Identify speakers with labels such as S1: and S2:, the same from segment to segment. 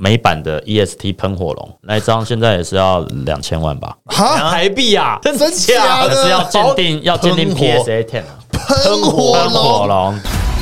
S1: 美版的 EST 喷火龙那一张，现在也是要2000万吧？
S2: 台币啊，
S3: 真假的？
S1: 可是要鉴定 PSA 10啊，
S3: 喷火龙。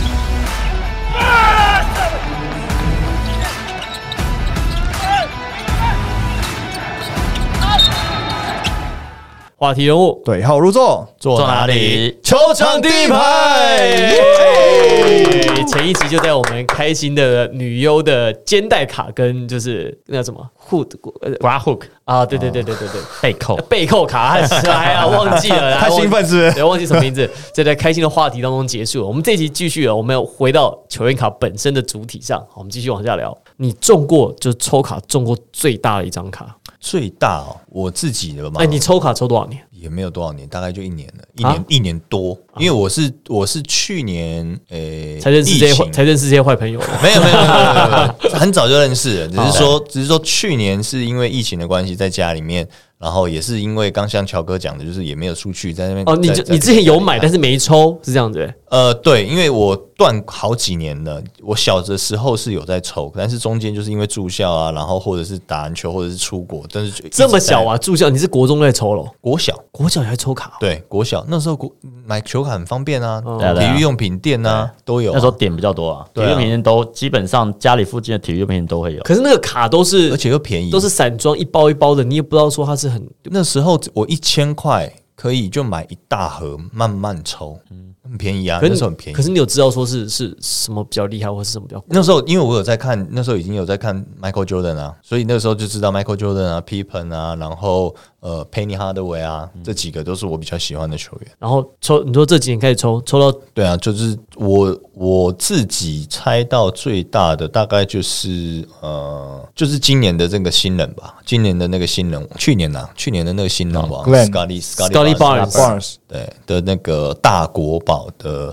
S2: 话题人物
S3: 对号入座，
S1: 坐哪里？
S2: 球场第一排。前一集就在我们开心的女优的肩带卡跟就是那什么
S1: Bra hook
S2: 啊，对，背扣卡，哎呀，忘记了，
S3: 太兴奋是不是？
S2: 对，忘记什么名字，在开心的话题当中结束了。我们这集继续了，我们要回到球员卡本身的主体上，我们继续往下聊。你中过就抽卡中过最大的一张卡？
S4: 最大哦，我自己的嘛。
S2: 你抽卡抽多少年？
S4: 也没有多少年，大概就1年了，一年多。因为我是去年
S2: 才认识这些坏朋友。
S4: 没有，很早就认识了，只是说去年是因为疫情的关系，在家里面。然后也是因为刚像乔哥讲的，就是也没有出去在那边。
S2: 哦，你之前有买，但是没抽，是这样子。
S4: 对，因为我断好几年了。我小的时候是有在抽，但是中间就是因为住校啊，然后或者是打篮球，或者是出国，但是
S2: 这么小啊，住校你是国中在抽咯？
S4: 国小
S2: 也还抽卡？
S4: 对，国小那时候买球卡很方便啊，体育用品店啊都有。
S1: 那时候点比较多啊，体育用品店都基本上家里附近的体育用品店都会有。
S2: 可是那个卡都是，
S4: 而且又便宜，
S2: 都是散装一包一包的，你也不知道说它是很。
S4: 那时候我1000块可以就买一大盒，慢慢抽，很便宜啊。那时候很便宜。
S2: 可是你有知道说是什么比较厉害，或是什么比较贵？
S4: 那时候因为我有在看，那时候已经有在看 Michael Jordan 啊，所以那时候就知道 Michael Jordan 啊、Pippen 啊，然后Penny Hardaway 啊，这几个都是我比较喜欢的球员。
S2: 然后你说这几年开始抽到，
S4: 对啊，就是我自己猜到最大的大概就是今年的这个新人吧，今年的那个新人，去年的那个新人王
S2: Scottie Barnes
S4: 对的那个大国宝的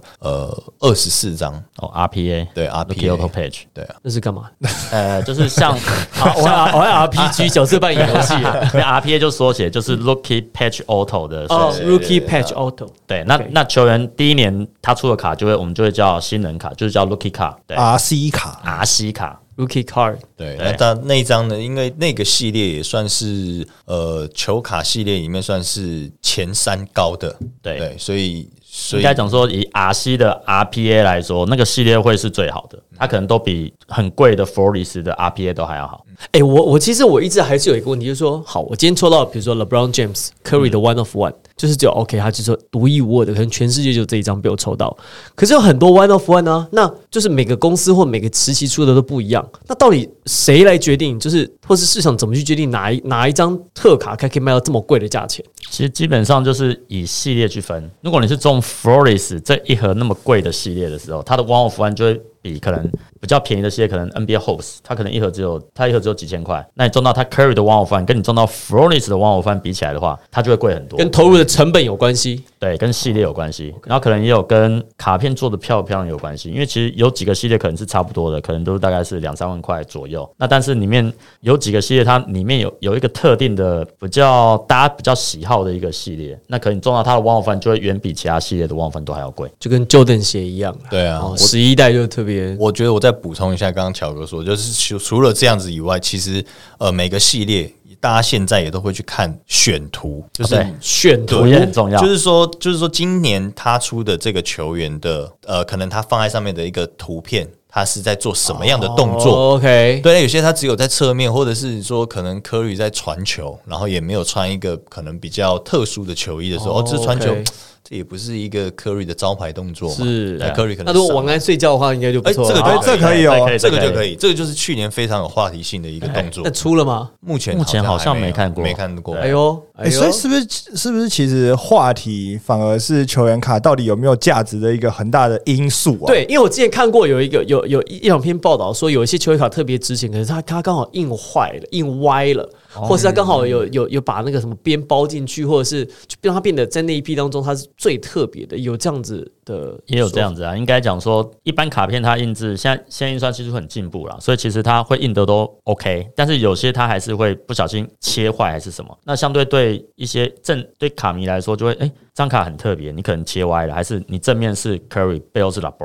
S4: 24张
S1: RPA
S4: 对
S1: RPA Auto Page
S4: 对啊，
S2: 那是干嘛？
S1: 就是像
S2: 我要 RPG 角色扮演游戏
S1: ，RPA 就缩写就是 Rookie Patch Auto 的
S2: Rookie Patch Auto
S1: 对，那球员第一年他出的卡我们就会叫新人卡，就是叫 Rookie 卡，对
S3: RC 卡
S1: RC 卡。
S2: Rookie Card
S4: 对，那一张呢？因为那个系列也算是球卡系列里面算是前3高的，对，所以
S1: 应该讲说以 RC 的 RPA 来说，那个系列会是最好的，它可能都比很贵的 Flores 的 RPA 都还要好。
S2: 我其实我一直还是有一个问题，就是说，好，我今天抽到比如说 LeBron James、Curry 的 One of One，就是只有 OK， 他就是独一无二的，可能全世界就这一张被我抽到。可是有很多 One of One 啊，那就是每个公司或每个时期出的都不一样。那到底谁来决定？就是或是市场怎么去决定哪一张特卡可以卖到这么贵的价钱？
S1: 其实基本上就是以系列去分。如果你是中 Flores 这一盒那么贵的系列的时候，它的 One of One 就会比可能比较便宜的系列，可能 NBA Host 它可能一盒只有几千块。那你中到它 Curry 的 One of One 跟你中到 Flores 的 One of One 比起来的话，它就会贵很多。
S2: 跟投入的成本有关系，
S1: 对，跟系列有关系，然后可能也有跟卡片做的漂不漂亮有关系。因为其实有几个系列可能是差不多的，可能都大概是2-3万块左右。那但是里面有几个系列，它里面有一个特定的大家比较喜好的一个系列，那可能你中到它的 One of One 就会远比其他系列的 One of One 都还要贵，
S2: 就跟 Jordan 鞋一样。
S4: 对啊
S2: ，11代就特别。
S4: 我觉得我再补充一下，刚刚乔哥说，就是除了这样子以外，其实每个系列大家现在也都会去看选图，就是
S2: 选图
S1: 也很重要。
S4: 就是说今年他出的这个球员的可能他放在上面的一个图片。他是在做什么样的动作
S2: ？OK，
S4: 对，有些他只有在侧面，或者是说可能Curry在传球，然后也没有穿一个可能比较特殊的球衣的时候，这传球。这也不是一个 Curry 的招牌动作嘛？
S2: 是
S4: Curry 可能
S2: 那如果晚安睡觉的话，应该就不错。
S4: 这
S3: 可以哦，
S4: 这个就可以，这个就是去年非常有话题性的一个动作。
S2: 那出了吗？
S4: 目前
S1: 好像没看过。
S2: 哎呦，
S3: 所以是不是其实话题反而是球员卡到底有没有价值的一个很大的因素啊？
S2: 对，因为我之前看过有一篇报道说，有一些球员卡特别值钱，可是他刚好印坏了、印歪了。或是他刚好有把那个什么边包进去，或者是就让它变得在那一批当中它是最特别的，有这样子的，
S1: 也有这样子啊。应该讲说，一般卡片它印制现在印刷技术很进步啦，所以其实它会印得都 OK， 但是有些它还是会不小心切坏还是什么。那相对一些对卡迷来说，就会这张卡很特别，你可能切歪了，还是你正面是 Curry， 背后是 LeBron。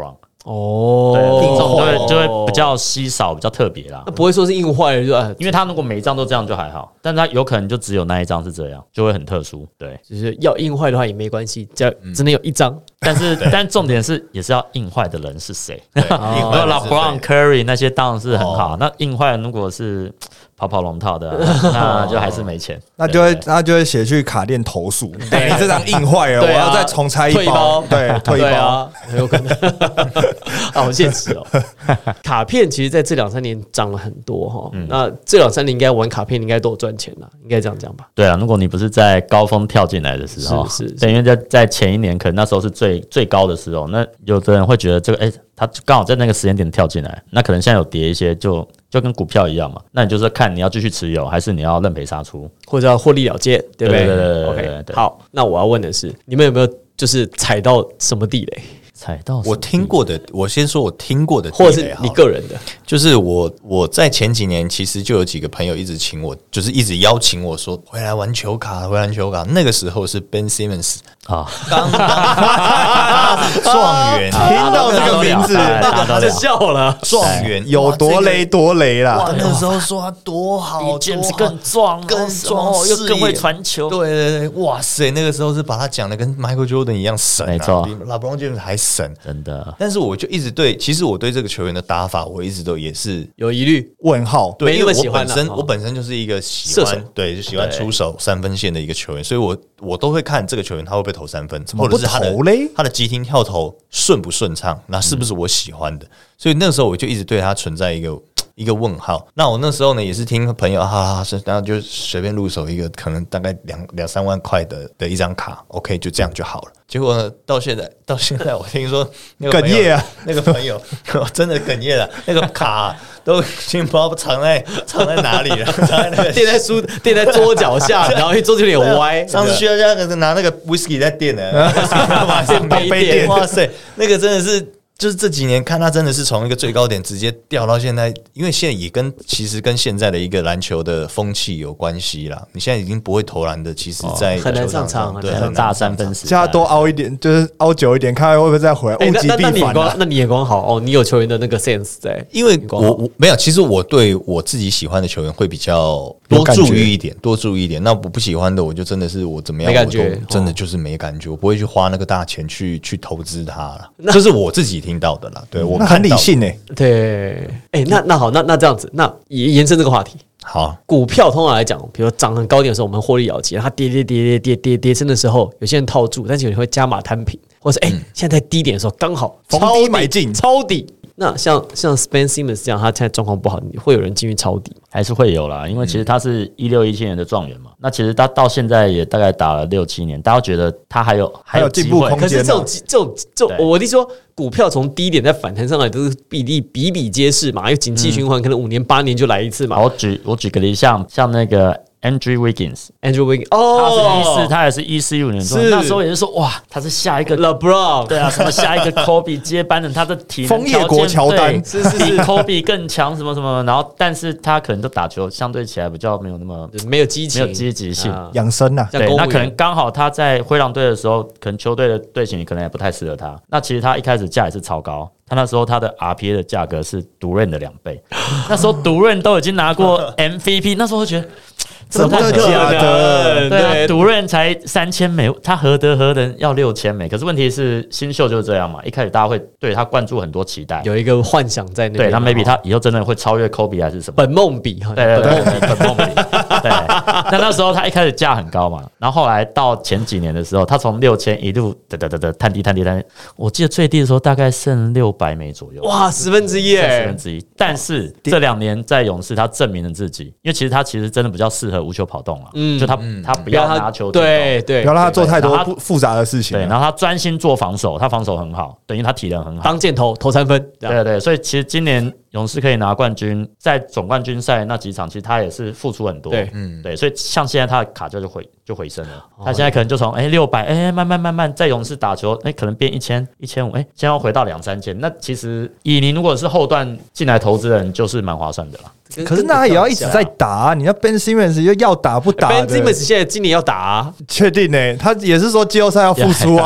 S1: 对，这种
S2: 哦，
S1: 就会比较稀少，比较特别啦
S2: 那。不会说是印坏了就
S1: 因为他如果每一张都这样就还好，但他有可能就只有那一张是这样，就会很特殊。对，
S2: 就是要印坏的话也没关系，只要只能有一张。
S1: 但重点是也是要印坏的人是谁。
S4: 对，
S1: 如果LeBron、Curry 那些当然是很好，那印坏如果是跑龙套的，那就还是没钱。
S3: 那就会写去卡店投诉，你这张印坏了，我
S2: 对啊
S3: 要再重拆一
S2: 退包
S3: 对，退一包。
S2: 对啊，很有可能。好现实哦。卡片其实在这2-3年涨了很多哈。那这2-3年应该玩卡片应该都有赚钱了，应该这样讲吧？
S1: 对啊，如果你不是在高峰跳进来的时候，
S2: 是
S1: 对，因为在前一年可能那时候是最高的时候，那有的人会觉得这个他刚好在那个时间点跳进来，那可能现在有跌一些就跟股票一样嘛，那你就是看你要继续持有，还是你要认赔杀出，
S2: 或者要获利了结，对不对？
S1: 对
S2: OK， 好，那我要问的是，你们有没有就是踩到什么地雷，
S1: 踩到
S4: 我听过的，我先说我听过的地雷，
S2: 或者是你个人的？
S4: 就是我在前几年其实就有几个朋友一直请我，就是一直邀请我说回来玩球卡，回来玩球卡。那个时候是 Ben Simmons
S1: 啊，
S4: 刚状元，
S3: 听到这个名字，
S2: 他就笑了。
S4: 状元
S3: 有多雷多雷啦！
S4: 哇，那时候说他多好，
S1: 比 James 更壮，
S4: 更壮，
S1: 又更会传球。
S4: 对对对，哇塞，那个时候是把他讲的跟 Michael Jordan 一样神，
S1: 没错，
S4: 比 LeBron James 还神，
S1: 真的。
S4: 但是我就一直其实我对这个球员的打法，我一直都也是
S2: 有疑虑，
S3: 问号。
S2: 没那么喜欢
S4: 我本身就是一个喜
S2: 射手
S4: 欢，对，就喜欢出手3分线的一个球员，所以我都会看这个球员他会不会投3分，或者是他的急停跳投顺不顺畅，那是不是我喜欢的？所以那时候我就一直对他存在一个问号。那我那时候呢，也是听朋友然后就随便入手一个可能大概2-3万块的一张卡 ，OK， 就这样就好了。结果呢，到现在我听说那个
S3: 哽咽啊，
S4: 那个朋友真的哽咽了，那个卡都已经不知道藏在哪里了，藏在那个
S2: 垫在桌脚下，然后桌子有点歪。
S4: 上次需要拿那个 whisky 在垫的，
S2: 杯垫，
S4: 哇塞，那个真的是。就是这几年看他真的是从一个最高点直接掉到现在，因为现在也其实跟现在的一个篮球的风气有关系啦。你现在已经不会投篮的，其实在
S2: 很难上场，
S4: 对，
S1: 很大3分时，
S3: 叫他多凹一点，就是凹久一点，看看会不会再回来。物极必反。
S2: 那你眼光好哦，你有球员的那个 sense 在。
S4: 因为我没有，其实我对我自己喜欢的球员会比较多注意一点。那我不喜欢的，我就真的是我怎么样，
S2: 没感觉，
S4: 真的就是没感觉，我不会去花那个大钱去投资它了。这是我自己听到的啦，对我
S3: 很理性诶。
S2: 对，那好，那这样子，那延伸这个话题。
S4: 好，
S2: 股票通常来讲，比如涨很高点的时候，我们获利了结；它跌升的时候，有些人套住，但是有人会加码摊平，或是现在在低点的时候刚好
S3: 逢低买进
S2: 抄底。那像 Ben Simmons 这样，他现在状况不好，会有人进去抄底吗？
S1: 还是会有啦，因为其实他是16-17年的状元嘛，那其实他到现在也大概打了6-7年，大家觉得他还有
S3: 进步空间。
S2: 可是这种，我的意思说，股票从低点再反弹上来都是比比皆是嘛，因为景气循环可能5年8年就来一次嘛。
S1: 我举个例，像那个Andrew Wiggins，
S2: 哦，
S1: 他也是14-15年中，那时候也是说哇，他是下一个
S2: LeBron，
S1: 对啊，什么下一个 Kobe 接班人，他的体能
S3: 枫叶国乔丹
S2: 是
S1: 比 Kobe 更强，什么什么，然后但是他可能都打球相对起来比较没有那么
S2: 没有激情，
S1: 没有积极性，
S3: 养生啊。
S1: 对，那可能刚好他在灰狼队的时候，可能球队的队形可能也不太适合他。那其实他一开始价也是超高，他那时候他的 RPA 的价格是独任的2倍，那时候独任都已经拿过 MVP， 那时候我觉得。
S3: 真的假的？
S1: 对啊，独任才3000美，他何德何能要6000美？可是问题是新秀就是这样嘛，一开始大家会对他灌注很多期待，
S2: 有一个幻想在那边。
S1: 对他 maybe 他以后真的会超越 Kobe 还是什么？
S2: 本梦比，
S1: 对，本梦比。对，那时候他一开始价很高嘛，然后后来到前几年的时候，他从6000一路探低，我记得最低的时候大概剩600美左右。
S2: 哇，1/10，1/10。
S1: 但是这2年在勇士，他证明了自己，因为其实他真的比较适合无球跑动了，就他不要拿球，
S2: 对，
S3: 不要让他做太多复杂的事情，
S1: 对，然后他专心做防守，他防守很好，等于他体能很好，
S2: 当箭头投3分，
S1: 对，所以其实今年勇士可以拿冠军，在总冠军赛那几场，其实他也是付出很多，对，所以像现在他的卡就回升了，他现在可能就从600，慢慢在勇士打球，可能变1000、1500，现在要回到2-3千，那其实以你如果是后段进来投资人，就是蛮划算的啦。
S3: 可是那他也要一直在打，你要 Ben Simmons 又要打不打的
S2: ？Ben Simmons 现在今年要打，
S3: 确定呢？他也是说季后赛要复出啊。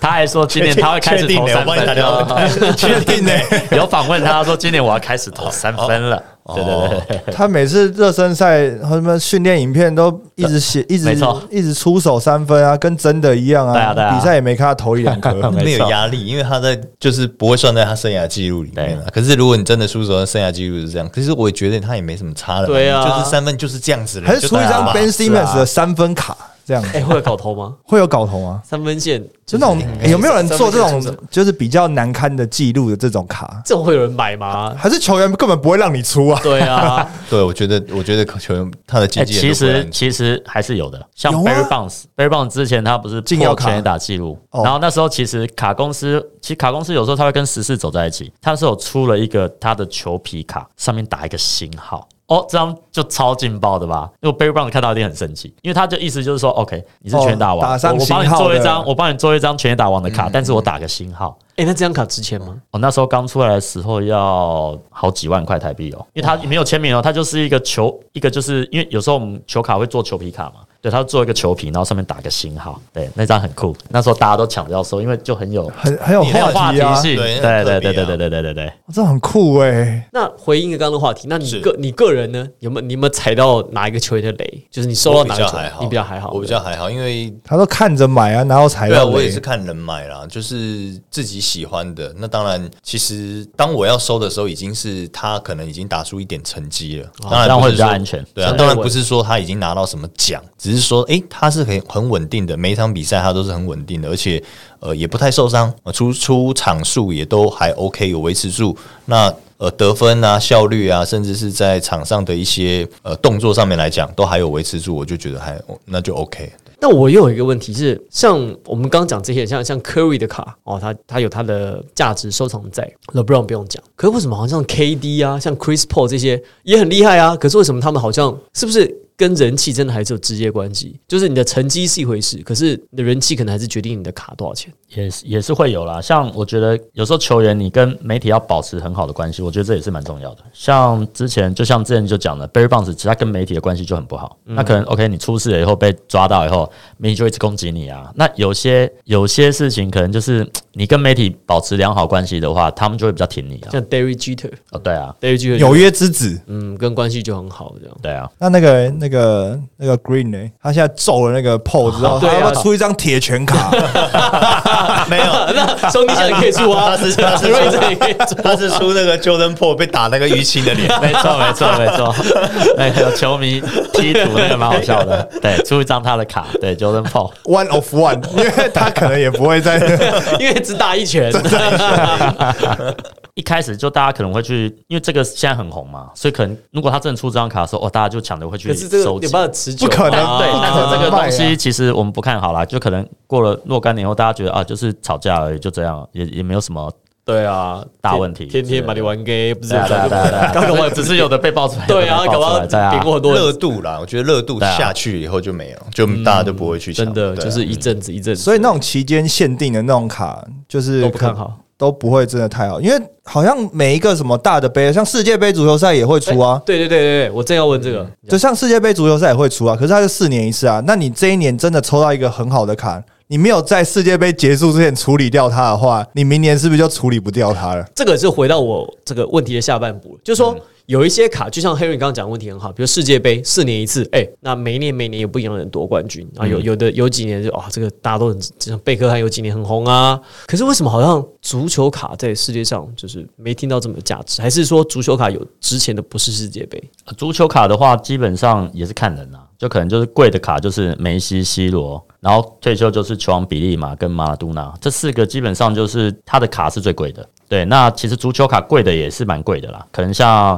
S1: 他还说今年他会开始投3分，
S4: 确定呢？
S1: 有访问他说今年我要开始投3分了。对，
S3: 他每次热身赛和什么训练影片都一直写，一直出手3分啊，跟真的一样啊。
S1: 对啊，
S3: 比赛也没看他投1-2颗，
S4: 没有压力，因为他就是不会算在他生涯记录里面了。可是如果你真的出手，生涯记录是这样，可是我也觉得他也没什么差了。
S2: 对啊，
S4: 就是3分就是这样子了，
S3: 还是出一张 Ben Simmons 的3分卡。这样
S2: 会有搞头吗？
S3: 会有搞头吗
S2: ？3分线
S3: 就那种有没有人做这种就是比较难堪的记录的这种卡？
S2: 这种会有人买吗？
S3: 还是球员根本不会让你出啊？
S2: 对啊，
S4: 对，我觉得球员他的经纪人
S1: 其实还是有的，像 Barry Bonds 之前他不是破全垒打记录，然后那时候其实卡公司有时候他会跟时事走在一起，他是有出了一个他的球皮卡，上面打一个星号。这张就超劲爆的吧？因为 Barry Bonds 看到一定很生气，因为他就意思就是说 ，OK， 你是全垒打王，我帮你做一张全垒打王的卡，但是我打个星号。
S2: 那这张卡值钱吗？
S1: 那时候刚出来的时候要好几万块台币哦，因为他没有签名哦，他就是一个就是因为有时候我们球卡会做球皮卡嘛，对，他做一个球皮，然后上面打个星号，对，那张很酷，那时候大家都抢着要收，因为就很有话题性，对，
S3: 这很酷哎。
S2: 那回应刚刚的话题，那你个人呢，你有没有踩到哪一个球员的雷？就是你收到哪个球员，你比较还好？
S4: 我比较还好，因为
S3: 他都看着买啊，然后踩到雷。
S4: 对啊，我也是看人买啦，就是自己喜欢的。那当然，其实当我要收的时候，已经是他可能已经打出一点成绩了，当然
S1: 会比较安全。
S4: 对啊，当然不是说他已经拿到什么奖，只是说，他是很稳定的，每一场比赛他都是很稳定的，而且也不太受伤，出场数也都还 OK， 有维持住。那得分啊、效率啊，甚至是在场上的一些动作上面来讲，都还有维持住，我就觉得那就 OK。
S2: 那我又有一个问题是，像我们刚刚讲这些，像 Curry 的卡他有他的价值收藏在 ，LeBron 不用讲。可是为什么好像 KD 啊，像 Chris Paul 这些也很厉害啊？可是为什么他们好像是不是跟人气真的还是有直接关系？就是你的成绩是一回事，可是你的人气可能还是决定你的卡多少钱。
S1: 也是会有啦。像我觉得有时候球员你跟媒体要保持很好的关系，我觉得这也是蛮重要的。像之前就讲的 Barry Bonds， 他跟媒体的关系就很不好。那可能 OK， 你出事了以后被抓到以后，媒体就一直攻击你啊。那有些事情可能就是你跟媒体保持良好关系的话，他们就会比较挺你啊。
S2: 像 Derek Jeter，
S1: 对啊
S2: ，Derek Jeter
S3: 纽约之子，
S2: 跟关系就很好这样。
S1: 对啊，
S3: 那个 Green 呢？他现在揍了那个 Paul 之后，他要不要出一张铁拳卡？
S4: 没有，
S2: 那兄弟奖也可以出啊，他
S4: 是出那个 Jordan Poole 被打那个淤青的脸，
S1: 没错，那个球迷踢图那个蛮好笑的，对，出一张他的卡，对 Jordan Poole
S3: One of One， 因为他可能也不会在，
S2: 因为只打一拳。
S1: 一开始就大家可能会去，因为这个现在很红嘛，所以可能如果他真的出这张卡的时候，大家就抢着会去收集。
S2: 可是这个有办法持久？
S3: 不可能，
S1: 对。但是这个东西其实我们不看好啦，就可能过了若干年后，大家觉得就是吵架而已，就这样，也没有什么。
S2: 对啊，
S1: 大问题，
S2: 天天把你玩 gay， 不是？
S1: 刚搞只是有的被爆出来，
S2: 对啊，搞不好点过很多
S4: 热度啦。我觉得热度下去以后就没了，就大家都不会去抢，
S2: 真的就是一阵子。
S3: 所以那种期间限定的那种卡，就是
S2: 都不看好。
S3: 都不会真的太好，因为好像每一个什么大的杯，像世界杯足球赛也会出啊。
S2: 对，我正要问这个，
S3: 就像世界杯足球赛也会出啊，可是它是4年一次啊。那你这一年真的抽到一个很好的卡，你没有在世界杯结束之前处理掉它的话，你明年是不是就处理不掉它了？
S2: 这个是回到我这个问题的下半部，就是说。有一些卡，就像 Harry 刚刚讲的问题很好，比如世界杯4年一次，那每一年有不一样的人夺冠军啊，有几年就这个大家都很，像贝克汉有几年很红啊。可是为什么好像足球卡在世界上就是没听到这么的价值？还是说足球卡有之前的不是世界杯？
S1: 足球卡的话，基本上也是看人啊，就可能就是贵的卡就是梅西、C 罗，然后退休就是球王比利马跟马拉多纳，这4个基本上就是他的卡是最贵的。对，那其实足球卡贵的也是蛮贵的啦，可能像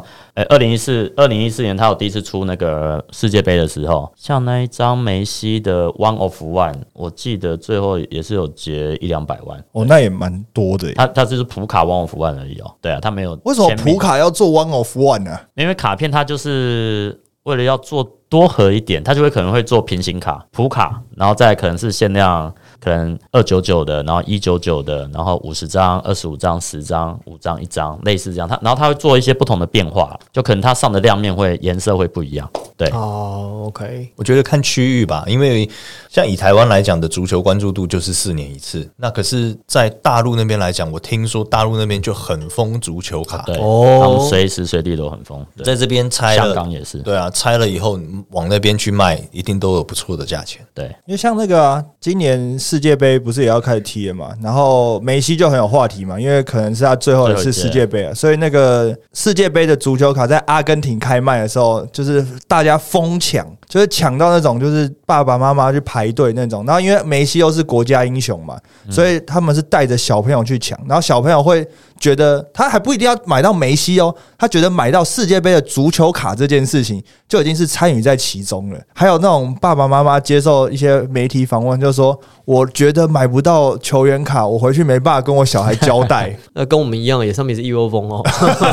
S1: 2014年他有第一次出那个世界杯的时候，像那一张梅西的 One of One， 我记得最后也是有结100-200万
S3: 哦，那也蛮多的耶。
S1: 他就是普卡 One of One 而已哦，对啊，他没有。
S3: 为什么普卡要做 One of One 呢？
S1: 因为卡片它就是为了要做多核一点，它就会可能会做平行卡、普卡，然后再可能是限量，可能299的，然后199的，然后50张、25张、10张、5张、1张，类似这样。然后它会做一些不同的变化，就可能它上的亮面会颜色会不一样。 对，
S2: 哦 ，OK，
S4: 我觉得看区域吧，因为像以台湾来讲的足球关注度就是4年一次，那可是，在大陆那边来讲，我听说大陆那边就很疯足球卡，
S1: 对，他们随时随地都很疯，
S4: 在这边拆了，
S1: 香港也是，
S4: 对啊，拆了以后往那边去卖，一定都有不错的价钱。
S1: 对，
S3: 因为像那个今年世界杯不是也要开始踢了嘛，然后梅西就很有话题嘛，因为可能是他最后一次世界杯啊，所以那个世界杯的足球卡在阿根廷开卖的时候，就是大家疯抢，就是抢到那种就是爸爸妈妈去排队那种，然后因为梅西又是国家英雄嘛，所以他们是带着小朋友去抢，然后小朋友会觉得他还不一定要买到梅西哦，他觉得买到世界杯的足球卡这件事情就已经是参与在其中了。还有那种爸爸妈妈接受一些媒体访问，就说我觉得买不到球员卡，我回去没办法跟我小孩交代。
S2: 那跟我们一样，也上面也是亿窝蜂哦。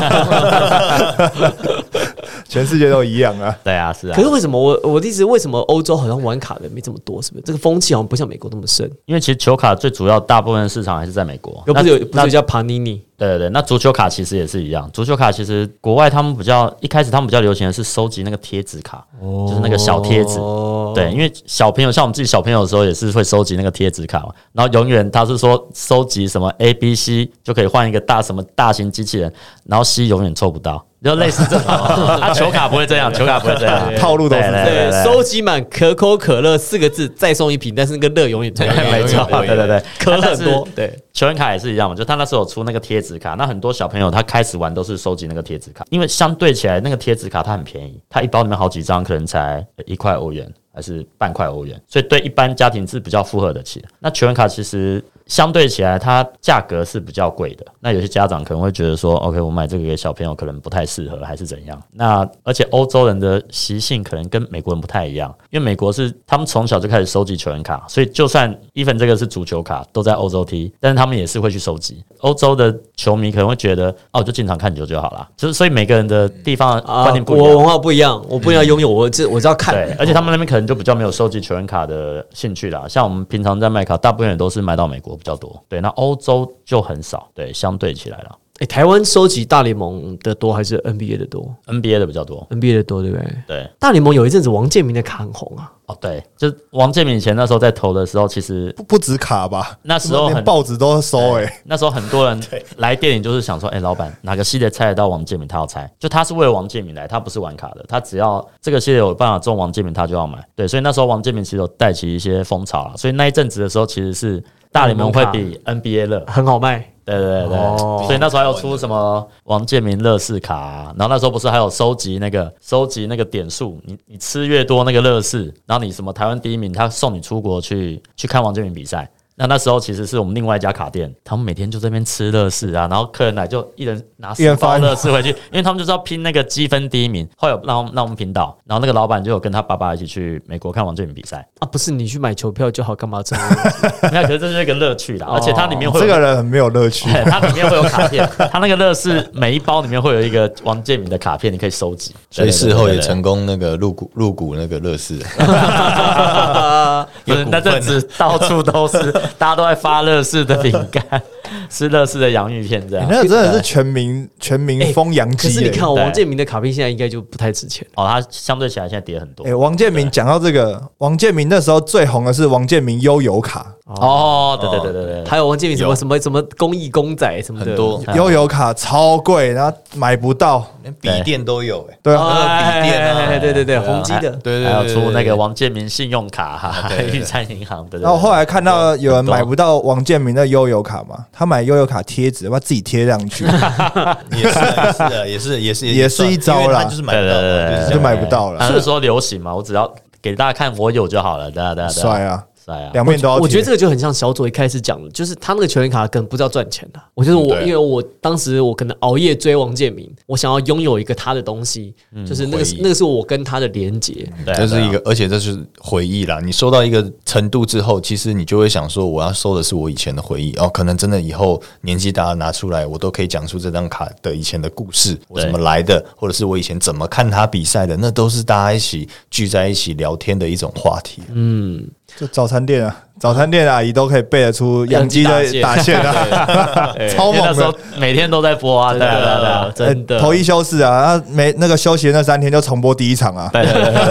S3: 全世界都一样啊。
S1: 对啊，是啊。
S2: 可是为什么我的意思，为什么欧洲好像玩卡的没这么多？是不是这个风气好像不像美国那么深？
S1: 因为其实球卡最主要大部分市场还是在美国，
S2: 不是叫 Panini？
S1: 对对对，那足球卡其实也是一样。足球卡其实国外他们一开始他们比较流行的是收集那个贴纸卡，就是那个小贴纸。对，因为小朋友像我们自己小朋友的时候也是会收集那个贴纸卡嘛，然后永远他是说收集什么 A、B、C 就可以换一个什么大型机器人，然后 C 永远抽不到。就类似这种，球卡不会这样，球卡不会这样，
S3: 套路都是
S2: 对，收集满可口可乐4个字再送1瓶，但是那个乐永远存在，
S1: 没错，对对对，
S2: 可很多，对，
S1: 球员卡也是一样嘛，就他那时候有出那个贴纸卡，那很多小朋友他开始玩都是收集那个贴纸卡，因为相对起来那个贴纸卡它很便宜，它一包里面好几张，可能才1块欧元还是半块欧元，所以对一般家庭是比较负荷得起。那球员卡其实相对起来，它价格是比较贵的。那有些家长可能会觉得说 ，OK， 我买这个给小朋友可能不太适合，还是怎样？那而且欧洲人的习性可能跟美国人不太一样，因为美国是他们从小就开始收集球员卡，所以就算even这个是足球卡，都在欧洲踢，但是他们也是会去收集。欧洲的球迷可能会觉得，我就进场看球就好了，就是所以每个人的地方观念不一样，
S2: 我文化不一样，我不一定要拥有，我只要看。
S1: 对，而且他们那边可能就比较没有收集球员卡的兴趣啦。像我们平常在卖卡，大部分人都是买到美国比较多。对，那欧洲就很少，对，相对起来了。
S2: 台湾收集大联盟的多还是 NBA 的多
S1: ？NBA 的比较多
S2: ，NBA 的多，对不对？
S1: 对，
S2: 大联盟有一阵子王建民的卡很红啊。
S1: 哦，对，就是王建民以前那时候在投的时候，其实
S3: 不止卡吧，
S1: 那时候
S3: 连报纸都收
S1: 那时候很多人来店里就是想说，老板哪个系列猜得到王建民，他要猜，就他是为了王建民来，他不是玩卡的，他只要这个系列有办法中王建民，他就要买。对，所以那时候王建民其实有带起一些风潮啦，所以那一阵子的时候，其实是大联盟会比 NBA 热，
S2: 很好卖。
S1: 对对对，所以那时候还有出什么王建民乐视卡，然后那时候不是还有收集那个点数，你吃越多那个乐视，然后你什么台湾第1名，他送你出国去看王建民比赛。那时候其实是我们另外一家卡店，他们每天就在那边吃乐事啊，然后客人来就一人拿4包乐事回去，因为他们就是要拼那个积分第1名。后来有让我们拼到，然后那个老板就有跟他爸爸一起去美国看王建民比赛
S2: 啊，不是你去买球票就好，干嘛这样？
S1: 没有，可是这是一个乐趣啦，而且它里面会
S3: 这个人很没有乐趣，
S1: 它里面会有卡片，它那个乐事每一包里面会有一个王建民的卡片，你可以收集，
S4: 所以事后也成功那个入股那个乐事。
S1: 那阵子到处都是，大家都在发乐事的饼干，吃乐事的洋芋片，这样。
S3: 那个真的是全民疯洋基。
S2: 可是你看王建民的卡片现在应该就不太值钱
S1: 哦，它相对起来现在跌很多。
S3: 王建民讲到这个，王建民那时候最红的是王建民悠游卡。
S1: 哦，对，
S2: 还有王建民什么公益公仔什么的，
S4: 很多
S3: 悠游卡超贵，然后买不到，
S4: 连笔电都有
S3: 对
S4: 啊，笔电啊，
S2: 对，宏基的，
S4: 对，
S1: 还有出那个王建民信用卡哈，玉山银行的。
S3: 然后后来看到有人买不到王建民的悠游卡嘛，他买悠游卡贴纸，把自己贴上去，也是一招啦，
S4: 就是买不到，
S3: 就买不到了。
S1: 那时候流行嘛，我只要给大家看我有就好了，对，
S3: 帅啊！
S1: 两
S3: 面都要贴。
S2: 我觉得这个就很像小左一开始讲的，就是他那个球员卡根本不是要赚钱的。因为我当时我可能熬夜追王建民，我想要拥有一个他的东西，就是那个是我跟他的连结。
S4: 这是一个，而且这是回忆啦。你收到一个程度之后，其实你就会想说，我要收的是我以前的回忆。可能真的以后年纪大拿出来，我都可以讲出这张卡的以前的故事，我怎么来的，或者是我以前怎么看他比赛的，那都是大家一起聚在一起聊天的一种话题。
S3: 就早餐店啊， 早餐店阿姨都可以背得出洋基的打线啊，超猛的，
S1: 每天都在播啊，对，
S2: 真的
S3: 投一休四啊，那个休息的那3天就重播第1场啊，
S1: 对，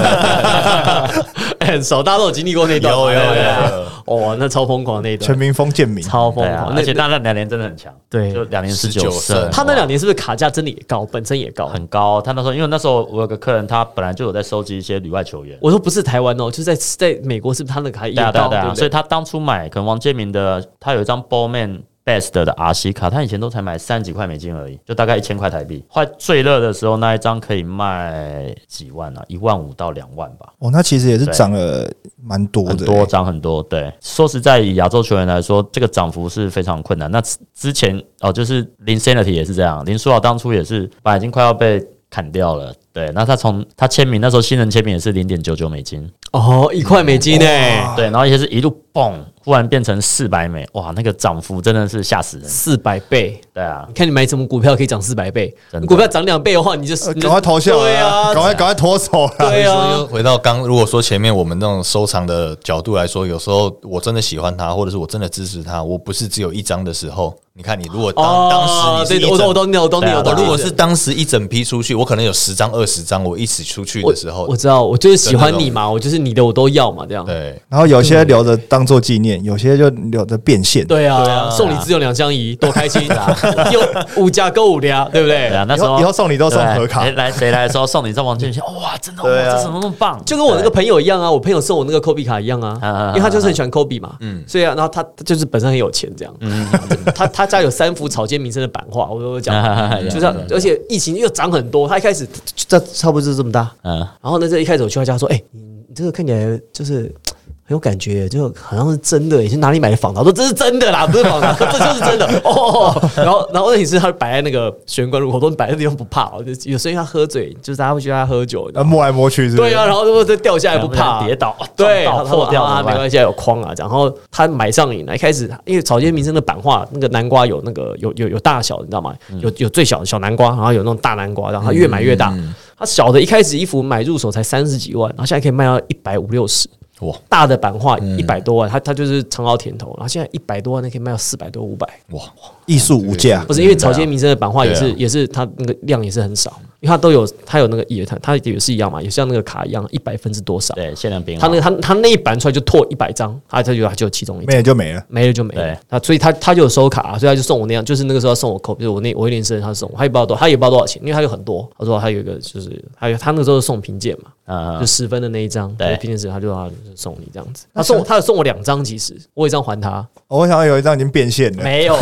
S2: 很熟，大家都有经历过那段，
S4: 有，
S2: 哦，那超疯狂那一段，
S3: 全民封建民，
S2: 超疯狂，
S1: 而且那2年真的很强，
S2: 对，
S1: 就2年19胜，
S2: 他那2年是不是卡价真的也高，本身也高，
S1: 很高。他那时候因为那时候我有个客人，他本来就有在收集一些旅外球员，
S2: 我说不是台湾哦，就在美国，是不是他那个还也高？对，
S1: 所以他当初买可能王建民的，他有一张 Bowman Best 的 RC 卡，他以前都才买30几块美金而已，就大概1000块台币。后来最热的时候，那一张可以卖几万啊，15000到2万吧。
S3: 哦，那其实也是涨了蛮多的，
S1: 涨很多。对，说实在，以亚洲球员来说，这个涨幅是非常困难。那之前就是林 Sanity 也是这样，林书豪当初也是本来已经快要被砍掉了。对，那他签名那时候新人签名也是0.99美金
S2: 哦，1块美金呢。
S1: 对，然后也是一路蹦，忽然变成400美，哇，那个涨幅真的是吓死人
S2: ，400倍。
S1: 对啊，
S2: 你看你买什么股票可以涨400倍？股票涨2倍的话，你就
S3: 赶快投降，
S2: 对啊，
S3: 赶快脱手了。
S2: 对啊，
S4: 回到如果说前面我们那种收藏的角度来说，有时候我真的喜欢它，或者是我真的支持它，我不是只有1张的时候。你看，你如果当时你是
S2: 我懂你，
S4: 如果是当时一整批出去，我可能有10张、20张，我一起出去的时候，
S2: 我知道，我就是喜欢你嘛，我就是你的我都要嘛，这样。
S4: 对。
S3: 然后有些留着当做纪念，有些就留着变现。
S2: 对啊，送你只有2相宜，多开心啊！又5加购5的呀，对不对？
S1: 对啊，那时候
S3: 以后送你都送盒卡。
S1: 谁来的时候送你这王建民，哇，真的，哇，这怎么那么棒？
S2: 就跟我那个朋友一样啊，我朋友送我那个 Kobe 卡一样啊，因为他就是很喜欢 Kobe 嘛，所以啊，然后他就是本身很有钱这样，他家有3幅草间弥生的版画，我都讲，就这样，而且疫情又涨很多，他一开始差不多就是这么大，然后呢，这一开始我去他家说，你这个看起来就是很有感觉，就好像是真的，你是哪里买的仿的？我说这是真的啦，不是仿的，这就是真的哦。然后问题是他摆在那个玄关入口，都摆在地方不怕，有时候他喝醉，就是大家会觉得他喝酒，
S3: 摸来摸去是不是？
S2: 对啊，然后如果再掉下来不怕，
S1: 跌倒，
S2: 对，
S1: 破掉啊，
S2: 没关系，有框啊。然后他买上瘾了，一开始因为草间弥生的版画，那个南瓜有那个有大小，你知道吗？有最小的小南瓜，然后有那种大南瓜，然后他越买越大。他小的一开始衣服买入手才30几万，然后现在可以卖到150-160。哇，大的版画100多万，他就是尝到甜头，然后现在100多万，那可以卖到400多500。哇，
S3: 艺术无价，
S2: 不是因为草间弥生的版画也是他那个量也是很少，因为他有那个他也是一样嘛，也像那个卡一样100分之多少，
S1: 对，限量编
S2: 号。他那一版出来就拓100张，他就有其中一张，
S3: 没了就没了，
S2: 没了就没了。所以他就有收卡，所以他就送我那样，就是那个时候送我扣，就是我一年生日他送我，他也不知道多少钱，因为他有很多，他说他有一个就是他那个时候送评鉴嘛，就10分的那一张，对，评鉴时他就送你这样子。他有送我2张，其实我有1张还他。
S3: 我想要有一张已经变现了，
S2: 没有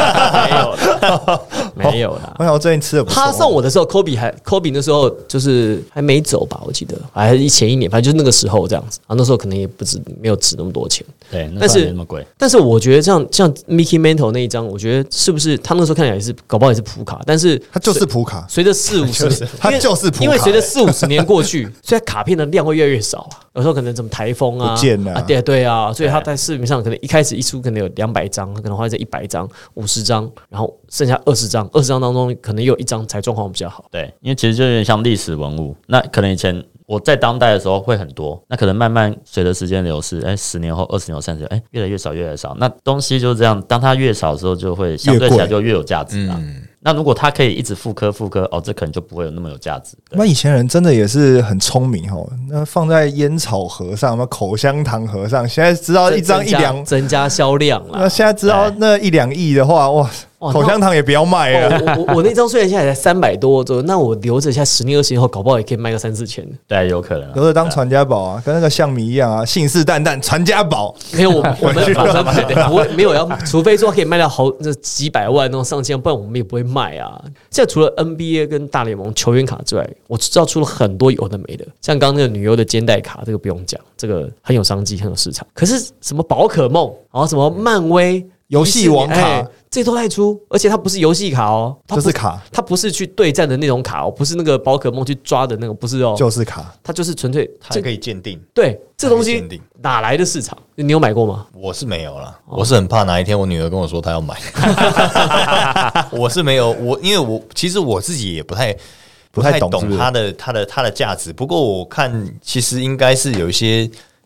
S2: 啦。
S3: 我想我最近吃的不错。
S2: 他送我的时候 ，Kobe 那时候就是还没走吧，我记得还是前1年，反正就是那个时候这样子。啊，那时候可能也没有值那么多钱。
S1: 对，但是那么贵。
S2: 但是我觉得像 Mickey Mantle 那一张，我觉得是不是他那时候看起来也是搞不好也是普卡，但是
S3: 他就是普卡。
S2: 随着40-50年，
S3: 他就是普卡，
S2: 因为随着40-50年过去，所以卡片的量会越来越少啊。有时候可能什么台风啊，
S3: 不见了，
S2: 对啊，所以他在市面上可能一开始一出可能有200张，可能花在100张、50张，然后剩下20张，20张当中可能有1张才状况比较好。
S1: 对，因为其实就有点像历史文物，那可能以前我在当代的时候会很多，那可能慢慢随着时间流逝，10年后、20年后、30年，越来越少，越来越少。那东西就是这样，当它越少的时候，就会相对起来就越有价值啊。那如果它可以一直复刻，这可能就不会有那么有价值。
S3: 那以前人真的也是很聪明哦，那放在烟草盒上、口香糖盒上，现在知道1张1两
S2: 增加销量了。
S3: 那现在知道那1-2亿的话，哇！口香糖也不要卖了。
S2: 我那张虽然现在才300多左右，那我留着，现在10年20年后，搞不好也可以卖个3-4千。
S1: 对，有可能
S3: 留着当传家宝啊，跟那个象迷一样啊，信誓旦旦传家宝。
S2: 没有，我们不会没有要，除非说可以卖到几百万那种上千，不然我们也不会卖啊。现在除了 NBA 跟大联盟球员卡之外，我知道出了很多有的没的，像刚刚那个女优的肩带卡，这个不用讲，这个很有商机，很有市场。可是什么宝可梦，然后什么漫威。
S3: 游戏王卡，
S2: 这都在出，而且它不是游戏卡哦，
S3: 就是卡，
S2: 它不是去对战的那种卡哦，不是那个宝可梦去抓的那个，不是哦，
S3: 就是卡，
S2: 它就是纯粹，
S4: 它可以鉴定。
S2: 对，这东西哪来的市场？你有买过吗？
S4: 我是没有啦，我是很怕哪一天我女儿跟我说她要买，我是没有，因为其实我自己也不太懂它的价值，不过我看其实应该是有一些。可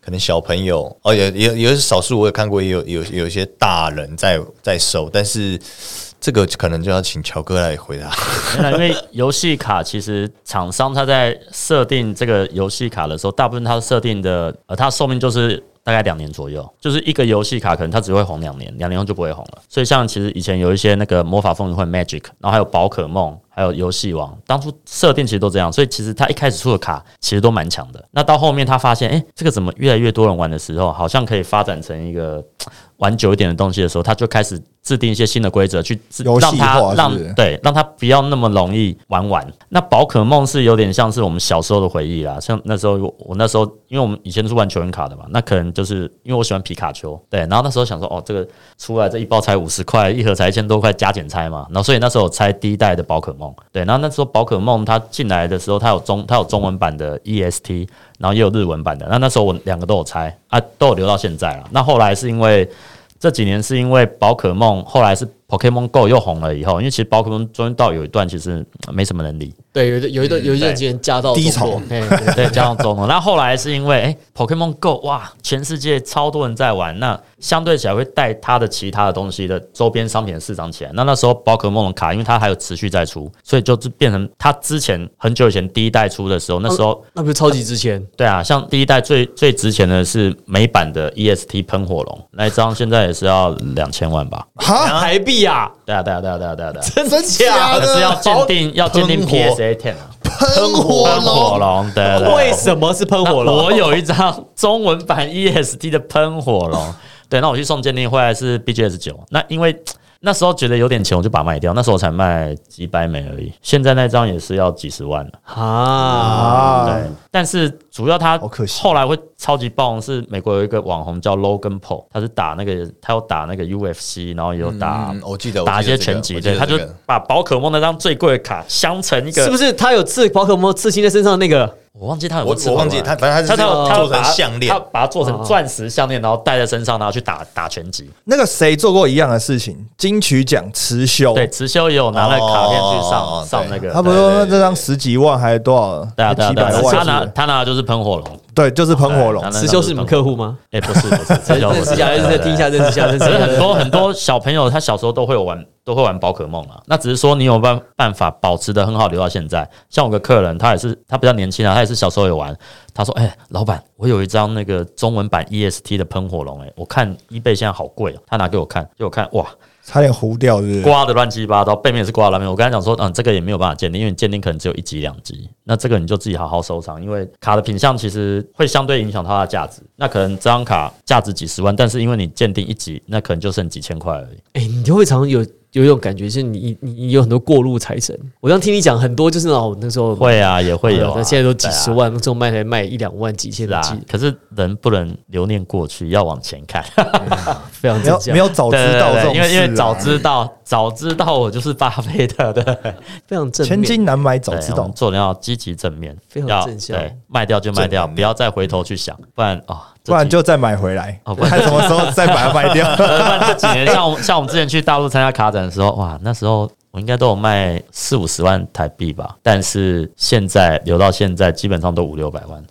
S4: 可能小朋友也有少数我有看过，也有一些大人在收，但是这个可能就要请乔哥来回答。
S1: 因为游戏卡其实厂商他在设定这个游戏卡的时候，大部分他设定的它寿命就是大概2年左右，就是一个游戏卡可能它只会红2年，2年后就不会红了。所以像其实以前有一些那个魔法风云会 Magic， 然后还有宝可梦，还有游戏王，当初设定其实都这样，所以其实他一开始出的卡其实都蛮强的。那到后面他发现，这个怎么越来越多人玩的时候，好像可以发展成一个玩久一点的东西的时候，他就开始制定一些新的规则，去让它让它不要那么容易玩完。那宝可梦是有点像是我们小时候的回忆啦，像那时候我那时候，因为我们以前是玩球员卡的嘛，那可能就是因为我喜欢皮卡丘，对，然后那时候想说，这个出来这一包才50块，一盒才1000多块，加减拆嘛，然后所以那时候我拆第一代的宝可梦，对，然后那时候宝可梦它进来的时候，它有中文版的 EST， 然后也有日文版的，那时候我2个都有拆啊，都有留到现在了。那后来是因为这几年是因为宝可梦后来是 Pokemon Go 又红了以后，因为其实宝可梦中间到有一段其实没什么人理，
S2: 对，有一段时间加到
S3: 低潮，
S1: 对，加到中了。那后来是因为Pokemon Go 哇，全世界超多人在玩，那相对起来会带它的其他的东西的周边商品的市场起来。那时候宝可梦的卡，因为它还有持续在出，所以就变成它之前很久以前第一代出的时候，那时候
S2: 那不是超级值钱？
S1: 对啊，像第一代最值钱的是美版的 EST 喷火龙，那一张现在也是要2000万吧？
S3: 哈，
S2: 台币啊？
S1: 对啊，
S2: 真假的？
S1: 可是要鉴定 PSA 10啊。
S3: 喷火龙，
S1: 对，
S2: 为什么是喷火龙？
S1: 我有一张中文版 EST 的喷火龙，对，那我去送鉴定回来是 BGS 9，那因为那时候觉得有点钱，我就把它卖掉。那时候我才卖几百枚而已，现在那张也是要几十万了
S2: 啊！
S1: 对，但是主要他后来会超级爆红，是美国有一个网红叫 Logan Paul， 他是打那个，他有打那个 UFC， 然后也有打，
S4: 我记得
S1: 打一些拳击，对，他就把宝可梦那张最贵的卡镶成一个，
S2: 是不是他有刺宝可梦刺青在身上的那个？
S1: 我忘记他有没有刺，
S4: 我忘记他，反正他做成项链，
S1: 他把它做成钻石项链，然后戴在身上，然后去打拳击。
S3: 那个谁做过一样的事情？金曲奖持修，
S1: 对，持修也有拿那个卡片去上那个。
S3: 他不是说这张10几万还是多少？
S1: 对，
S3: 几百万。
S1: 他拿的就是喷火龙。
S3: 对，就是喷火龙。
S2: 持修是你们客户吗？
S1: 不是，
S2: 认识一下，听一下，认识一下。
S1: 很多小朋友他小时候都会玩宝可梦啊。那只是说你有办法保持得很好，留到现在。像我个客人，他比较年轻啊，他也是小时候有玩。他说：“老板，我有一张那个中文版 EST 的喷火龙，我看eBay现在好贵哦。”他拿给我看，哇！
S3: 差点糊掉，是不是？
S1: 刮的乱七八糟，背面也是刮的乱七八糟。我跟他讲说，这个也没有办法鉴定，因为鉴定可能只有1级2级。那这个你就自己好好收藏，因为卡的品相其实会相对影响它的价值。那可能这张卡价值几十万，但是因为你鉴定1级，那可能就剩几千块而已。
S2: 你就会常有一种感觉，是你有很多过路财神。我刚听你讲很多，就是那时候
S1: 会啊，也会有，
S2: 现在都几十万，这种卖1、2万、几千的。
S1: 可是人不能留念过去，要往前看。
S2: 非常正向，
S3: 没有早知道这种事，
S1: 因为早知道我就是巴菲特的，
S2: 非常正面。
S3: 千金难买早知道，
S1: 做人要积极正面，
S2: 非常正向。
S1: 对，卖掉就卖掉，不要再回头去想，不然就
S3: 再买回来，看什么时候再把它卖掉。
S1: 不然这几年像我们之前去大陆参加卡展的时候，哇，那时候我应该都有卖40-50万台币吧，但是现在留到现在基本上都500-600万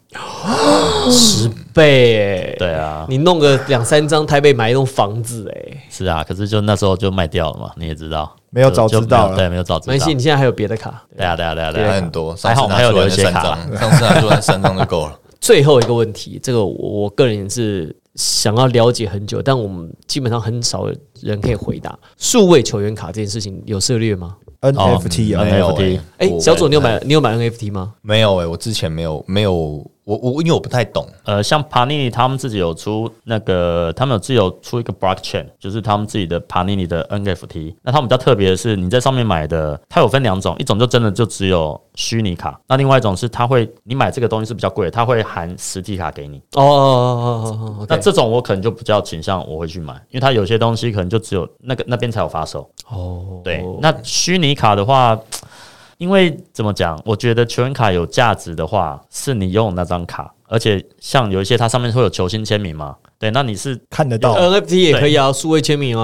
S2: ，10倍
S1: 对啊，
S2: 你弄个2-3张台北买一栋房子
S1: 是啊，可是就那时候就卖掉了嘛，你也知道，
S3: 没有早知道了，
S1: 对，没有早知道。
S2: 没关系，你现在还有别的卡，
S1: 对啊，
S4: 还很多，
S1: 还好我们还有留一些卡，
S4: 上次拿出来3张就够了。
S2: 最后一个问题，这个我个人也是想要了解很久，但我们基本上很少人可以回答。数位球员卡这件事情有涉猎吗
S3: ？NFT 啊
S1: ，NFT。
S2: 小左，你有买 NFT 吗？
S4: 没有我之前没有，因为我不太懂。
S1: 像 Panini 他们自己有出那个，他们有自己有出一个 blockchain， 就是他们自己的 Panini 的 NFT。那他们比较特别的是，你在上面买的，它有分2种，一种就真的就只有虚拟卡，那另外一种是你买这个东西是比较贵的，它会含实体卡给你。那这种我可能就比较倾向我会去买，因为它有些东西可能就只有那边才有发售。对，那虚拟卡的话。因为怎么讲？我觉得球员卡有价值的话，是你拥有那张卡，而且像有一些它上面会有球星签名嘛，对，那你是
S3: 看得到
S2: NFT 也可以啊，数位签名啊。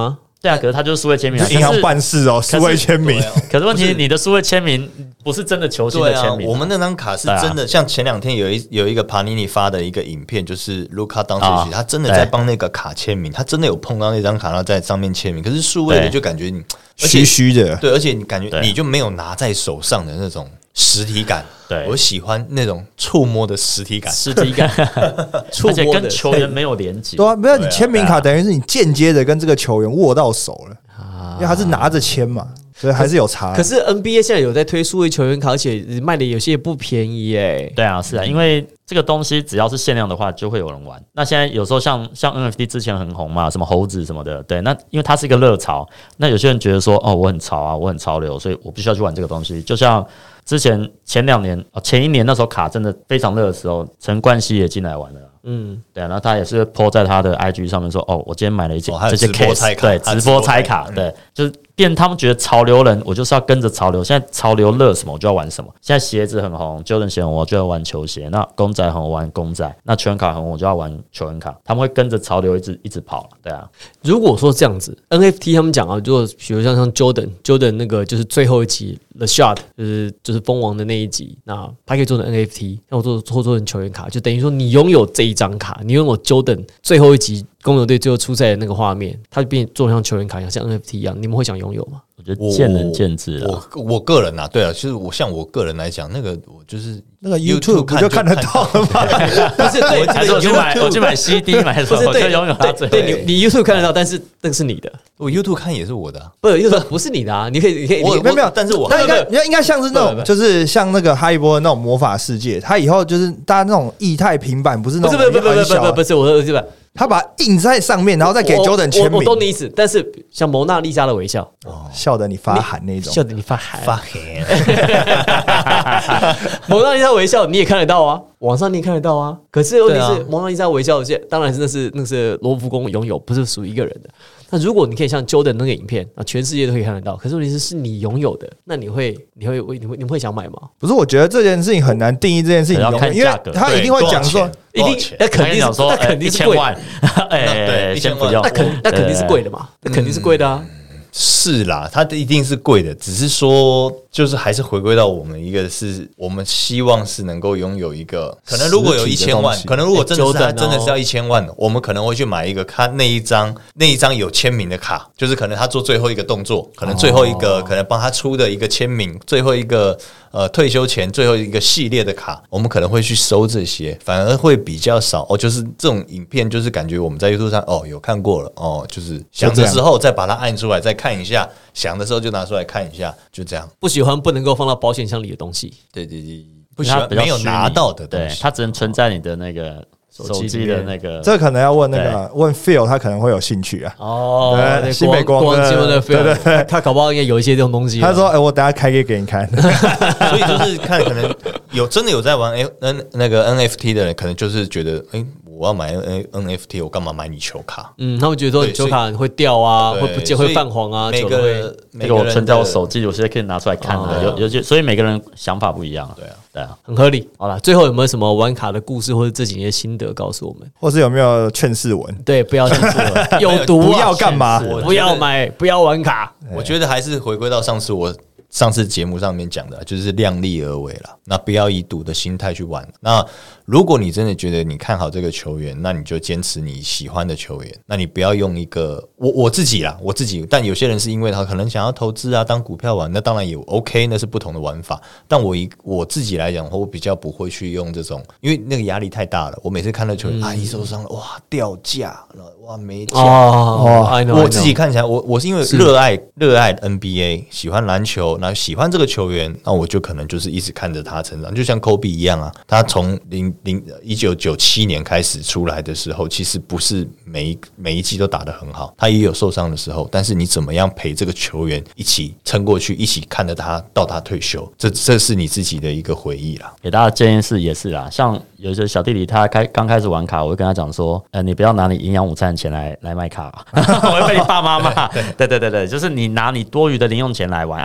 S1: 对啊，可是它就是数位签名，
S3: 银行办事哦，数位签名。
S1: 可是问题，你的数位签名不是真的球星的签名。
S4: 我们那张卡是真的，像前2天有一个帕尼尼发的一个影片，就是卢卡当时他真的在帮那个卡签名，他真的有碰到那张卡，然后在上面签名。可是数位的就感觉你
S3: 虚虚的，
S4: 对，而且你感觉你就没有拿在手上的那种实体感。
S1: 对，
S4: 我喜欢那种触摸的实体感，
S1: 而且跟球员没有连接。
S3: 对啊，没有你签名卡等于是你间接的跟这个球员握到手了，因为他是拿着签嘛。所以还是有差。
S2: 可是 NBA 现在有在推数位球员卡，而且卖的有些也不便宜耶。
S1: 对啊，是啊，因为这个东西只要是限量的话，就会有人玩。那现在有时候像 NFT 之前很红嘛，什么猴子什么的，对，那因为它是一个热潮，那有些人觉得说，哦，我很潮啊，我很潮流，所以我必须要去玩这个东西。就像之前前一年那时候卡真的非常热的时候，陈冠希也进来玩了。对啊，然后他也是 po 在他的 IG 上面说，哦，我今天买了一些这些 case， 对，直播拆卡，对，就是变他们觉得潮流人，我就是要跟着潮流。现在潮流热什么，我就要玩什么。现在鞋子很红，Jordan 鞋红，我就要玩球鞋；那公仔红，我玩公仔；那球员卡红，我就要玩球员卡。他们会跟着潮流一直跑，对啊。
S2: 如果说这样子 ，NFT 他们讲啊，如果比如像 Jordan 那个就是最后一集 The Shot， 就是蜂王的那一集，那他可以做成 NFT， 让我做成球员卡，就等于说你拥有这一张卡，你拥有 Jordan 最后一集公牛队最后出赛的那个画面，它就变做成像球员卡一样，像 NFT 一样，你们会想拥有吗？
S1: 我觉得见仁见智啦。
S4: 我个人啊，对啊，就是我个人来讲，那个我就是
S3: 那个 YouTube 不就看得到了吗？
S2: 不是，
S1: 还是我去买 CD 买什么，我就拥有它。
S2: 对，你 YouTube 看得到，但是那个是你的。
S4: 我 YouTube 看也是我的，
S2: 不是 YouTube 不是你的啊，你可以，
S3: 没有，
S4: 但是我
S3: 应该像是那种，就是像那个哈利波特那种魔法世界，它以后就是大家那种液态平板，不是那种
S2: 不是，我是吧？
S3: 他把它印在上面，然后再给 Jordan 签名。
S2: 我懂你意思，但是像蒙娜丽莎的微笑，
S3: 笑得你发寒那种，
S2: 笑得你发寒。蒙娜丽莎微笑你也看得到啊，网上你也看得到啊。可是问题是，蒙娜丽莎微笑，当然是那是罗浮宫拥有，不是属于一个人的。那如果你可以像 Jordan 那个影片啊，全世界都可以看得到，可是问题是你拥有的，那你会想买吗？
S3: 不是，我觉得这件事情很难定义这件事情，因为他一定会讲说，
S2: 一定那肯定是贵，
S1: 对，先不要，
S2: 那肯定是贵的嘛，那肯定是贵的啊。
S4: 是啦，它一定是贵的，只是说就是还是回归到我们一个是我们希望是能够拥有一个，可能如果有1000万，可能如果真的是要1000万，我们可能会去买一个他那一张有签名的卡，就是可能他做最后一个动作，可能最后一个可能帮他出的一个签名，最后一个退休前最后一个系列的卡，我们可能会去收这些，反而会比较少哦。就是这种影片，就是感觉我们在 YouTube 上有看过了哦，就是想的时候再把它按出来再看一下，想的时候就拿出来看一下，就这样。
S2: 不喜欢不能够放到保险箱里的东西，
S4: 对，不喜欢没有拿到的东西，
S1: 它只能存在你的那个手机的那个。
S3: 这可能要问问 Phil， 他可能会有兴趣啊。
S2: 哦，
S3: 对，新美光
S2: 的 Phil， 对，他搞不好应该有一些这种东西。
S3: 他说：“我等下开给你看。”
S4: 所以就是看，可能真的有在玩那个 NFT 的人，可能就是觉得，我要买 NFT， 我干嘛买你球卡？
S2: 他们觉得说球卡会掉啊，会不见，会泛黄啊。
S4: 每个
S1: 人我存在我手机，我现在可以拿出来看的。有些，所以每个人想法不一样。对啊，
S2: 很合理。好了，最后有没有什么玩卡的故事或者这几年的心得告诉我们？
S3: 或是有没有劝世文？
S2: 对，不要劝世文，有毒，
S3: 不要干嘛？
S2: 不要买，不要玩卡。
S4: 我觉得还是回归到上次节目上面讲的，就是量力而为啦。那不要以赌的心态去玩。那如果你真的觉得你看好这个球员，那你就坚持你喜欢的球员。那你不要用一个我自己，但有些人是因为他可能想要投资啊，当股票玩，那当然也 OK， 那是不同的玩法。但我自己来讲，我比较不会去用这种，因为那个压力太大了。我每次看到球员一受伤了，哇掉价了，哇没钱我自己看起来，我是因为热爱 NBA， 喜欢篮球。那喜欢这个球员，那我就可能就是一直看着他成长，就像 Kobe 一样啊。他从1997年开始出来的时候，其实不是每一季都打得很好，他也有受伤的时候。但是你怎么样陪这个球员一起撑过去，一起看着他到他退休，这是你自己的一个回忆啦。
S1: 给大家建议也是啦，像有一些小弟弟他刚开始玩卡，我会跟他讲说，你不要拿你营养午餐的钱来买卡，我会被你爸妈骂。对，就是你拿你多余的零用钱来玩啊，这是你的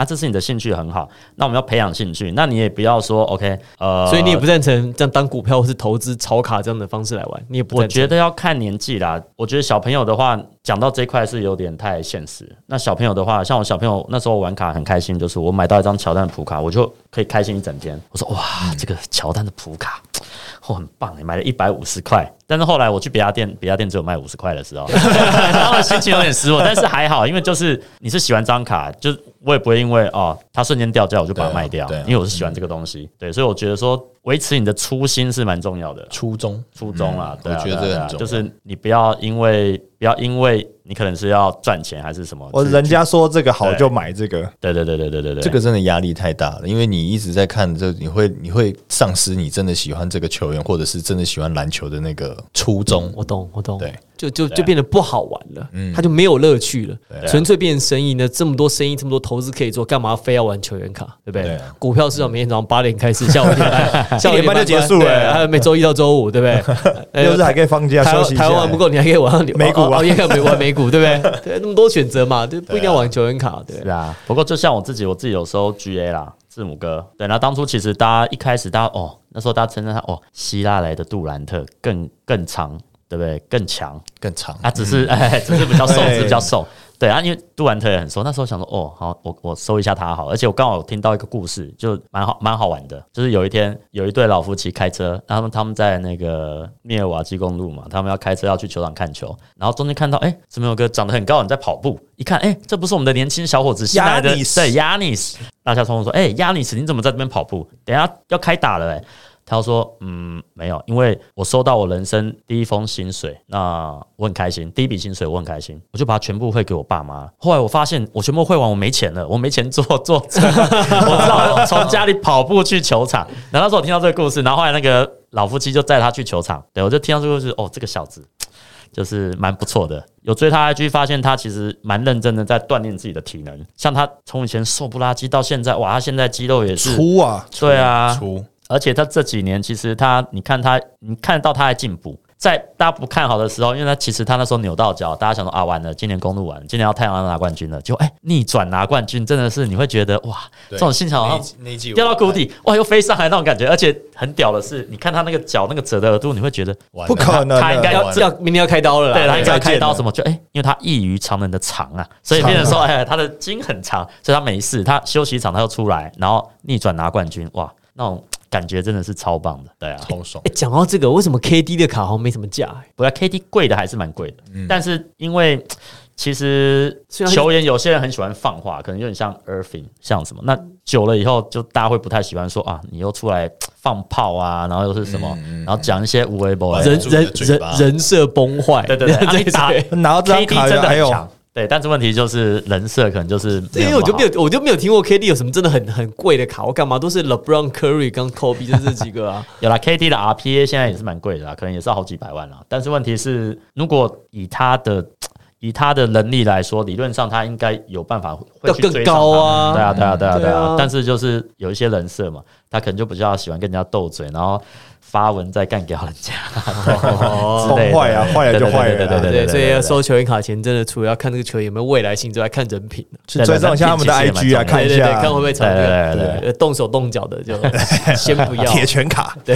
S1: 兴趣很好，那我们要培养兴趣，那你也不要说 OK，
S2: 所以你也不赞成这样当股票或是投资炒卡这样的方式来玩，你也不赞成。
S1: 我觉得要看年纪啦。我觉得小朋友的话，讲到这一块是有点太现实。那小朋友的话，像我小朋友那时候玩卡很开心，就是我买到一张乔丹的普卡，我就可以开心一整天。我说哇，这个乔丹的普卡，很棒，买了150块。但是后来我去别家店只有卖50块的时候，然后心情有点失落。但是还好，因为就是你是喜欢这张卡，就是我也不会因为它瞬间掉价我就把它卖掉，因为我是喜欢这个东西。对，所以我觉得说维持你的初心是蛮重要的。
S4: 初衷
S1: 啊，对啊，
S4: 我觉得这个很重要。
S1: 就是你不要因为你可能是要赚钱还是什么，
S3: 人家说这个好就买这个。
S1: 对，
S4: 这个真的压力太大了，因为你一直在看这，你会丧失你真的喜欢这个球员，或者是真的喜欢篮球的那个初衷。
S2: 我懂，
S4: 对，
S2: 就变得不好玩了，它就没有乐趣了，纯粹变成生意呢。这么多生意，这么多投资可以做，干嘛非要玩球员卡？对不对？股票市场每天早上8点开始，下午1点半就结束了，还有每周1到周5，对不对？6
S3: 日还可以放假休息一下。
S2: 台湾玩不够，你还可以玩
S3: 美股啊，
S2: 也可以玩美股，对不对？对，那么多选择嘛，对，不一定要玩球员卡，对。
S1: 是啊，不过就像我自己有时候 GA 啦。字母哥，对，然后当初其实大家一开始那时候大家称赞他希腊来的杜兰特更长，对不对？更强，
S4: 更长，
S1: 只是比较瘦，只是比较瘦。对啊，因为杜兰特也很瘦，那时候想说好，我收一下他好，而且我刚好有听到一个故事，就蛮好玩的，就是有一天有一对老夫妻开车，然后他们在那个密尔瓦基公路嘛，他们要开车要去球场看球，然后中间看到怎么有个长得很高的人在跑步，一看这不是我们的年轻小伙子新来的亚尼斯，大家冲说亚尼斯你怎么在这边跑步？等一下要开打了他说没有，因为我收到我人生第一封薪水，那我很开心，第一笔薪水我很开心，我就把它全部汇给我爸妈。后来我发现我全部汇完，我没钱了，我没钱坐车，我只好从家里跑步去球场。然后那时候我听到这个故事，然后后来那个老夫妻就载他去球场，对，我就听到这个故事，这个小子就是蛮不错的。有追他 IG， 发现他其实蛮认真的在锻炼自己的体能，像他从以前瘦不拉几到现在，哇，他现在肌肉也是
S3: 粗啊，
S1: 对啊，
S4: 粗。
S1: 而且他这几年其实你看得到他在进步，在大家不看好的时候，因为他其实他那时候扭到脚，大家想说完了，今年公路完，今年要太阳拿冠军了，就逆转拿冠军，真的是你会觉得哇，这种心情好像掉到谷底，哇，又飞上来那种感觉。而且很屌的是，你看他那个脚那个折的额度，你会觉得
S3: 不可能，
S2: 他应该要明天要开刀了啦，
S1: 对，他应该要开刀什么？就因为他异于常人的长啊，所以变成说他的筋很长，所以他没事，他休息一场他又出来，然后逆转拿冠军，哇，那种感觉真的是超棒的，对啊，
S4: 超爽。
S2: 讲到这个，为什么 KD 的卡好像没什么价？
S1: 不过 KD 贵的还是蛮贵的，但是因为其实球员有些人很喜欢放话，可能有点像 Irving 像什么，那久了以后就大家会不太喜欢说你又出来放炮啊，然后又是什么，然后讲一些无谓不
S2: 人设崩坏，
S1: 对，
S3: 拿到这张卡
S1: 真的
S3: 还有。
S1: 对，但是问题就是人设可能就是
S2: 因为我就没有听过 KD 有什么真的很贵的卡，我干嘛都是 LeBron Curry 跟 Kobe 就这几个啊。
S1: 有啦 KD 的 RPA 现在也是蛮贵的啦，可能也是要好几百万啦。但是问题是，如果以他的能力来说，理论上他应该有办法会去追上他，
S2: 更高啊。
S1: 对啊。但是就是有一些人设嘛，他可能就比较喜欢跟人家斗嘴，然后发文再干掉人家，
S3: 坏啊，坏了就坏了，
S2: 对，所以要收球员卡前，真的除了要看这个球员有没有未来性之外，看人品，
S3: 去追踪一下他们的 IG 啊，看一下，
S2: 看会不会炒对，动手动脚的就先不要
S3: 铁拳卡，
S2: 对。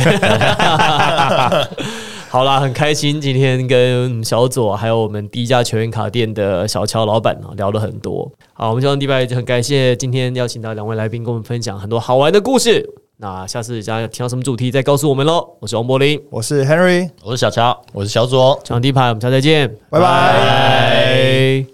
S2: 好啦，很开心今天跟小左还有我们第一家球员卡店的小乔老板聊了很多。好，我们球员迪拜很感谢今天邀请到2位来宾跟我们分享很多好玩的故事。那下次大家听到什么主题再告诉我们咯。我是王柏林，
S3: 我是 Henry，
S1: 我是小乔，
S4: 我是小左，
S2: 球员第一排，我们下次再见，
S3: 拜拜。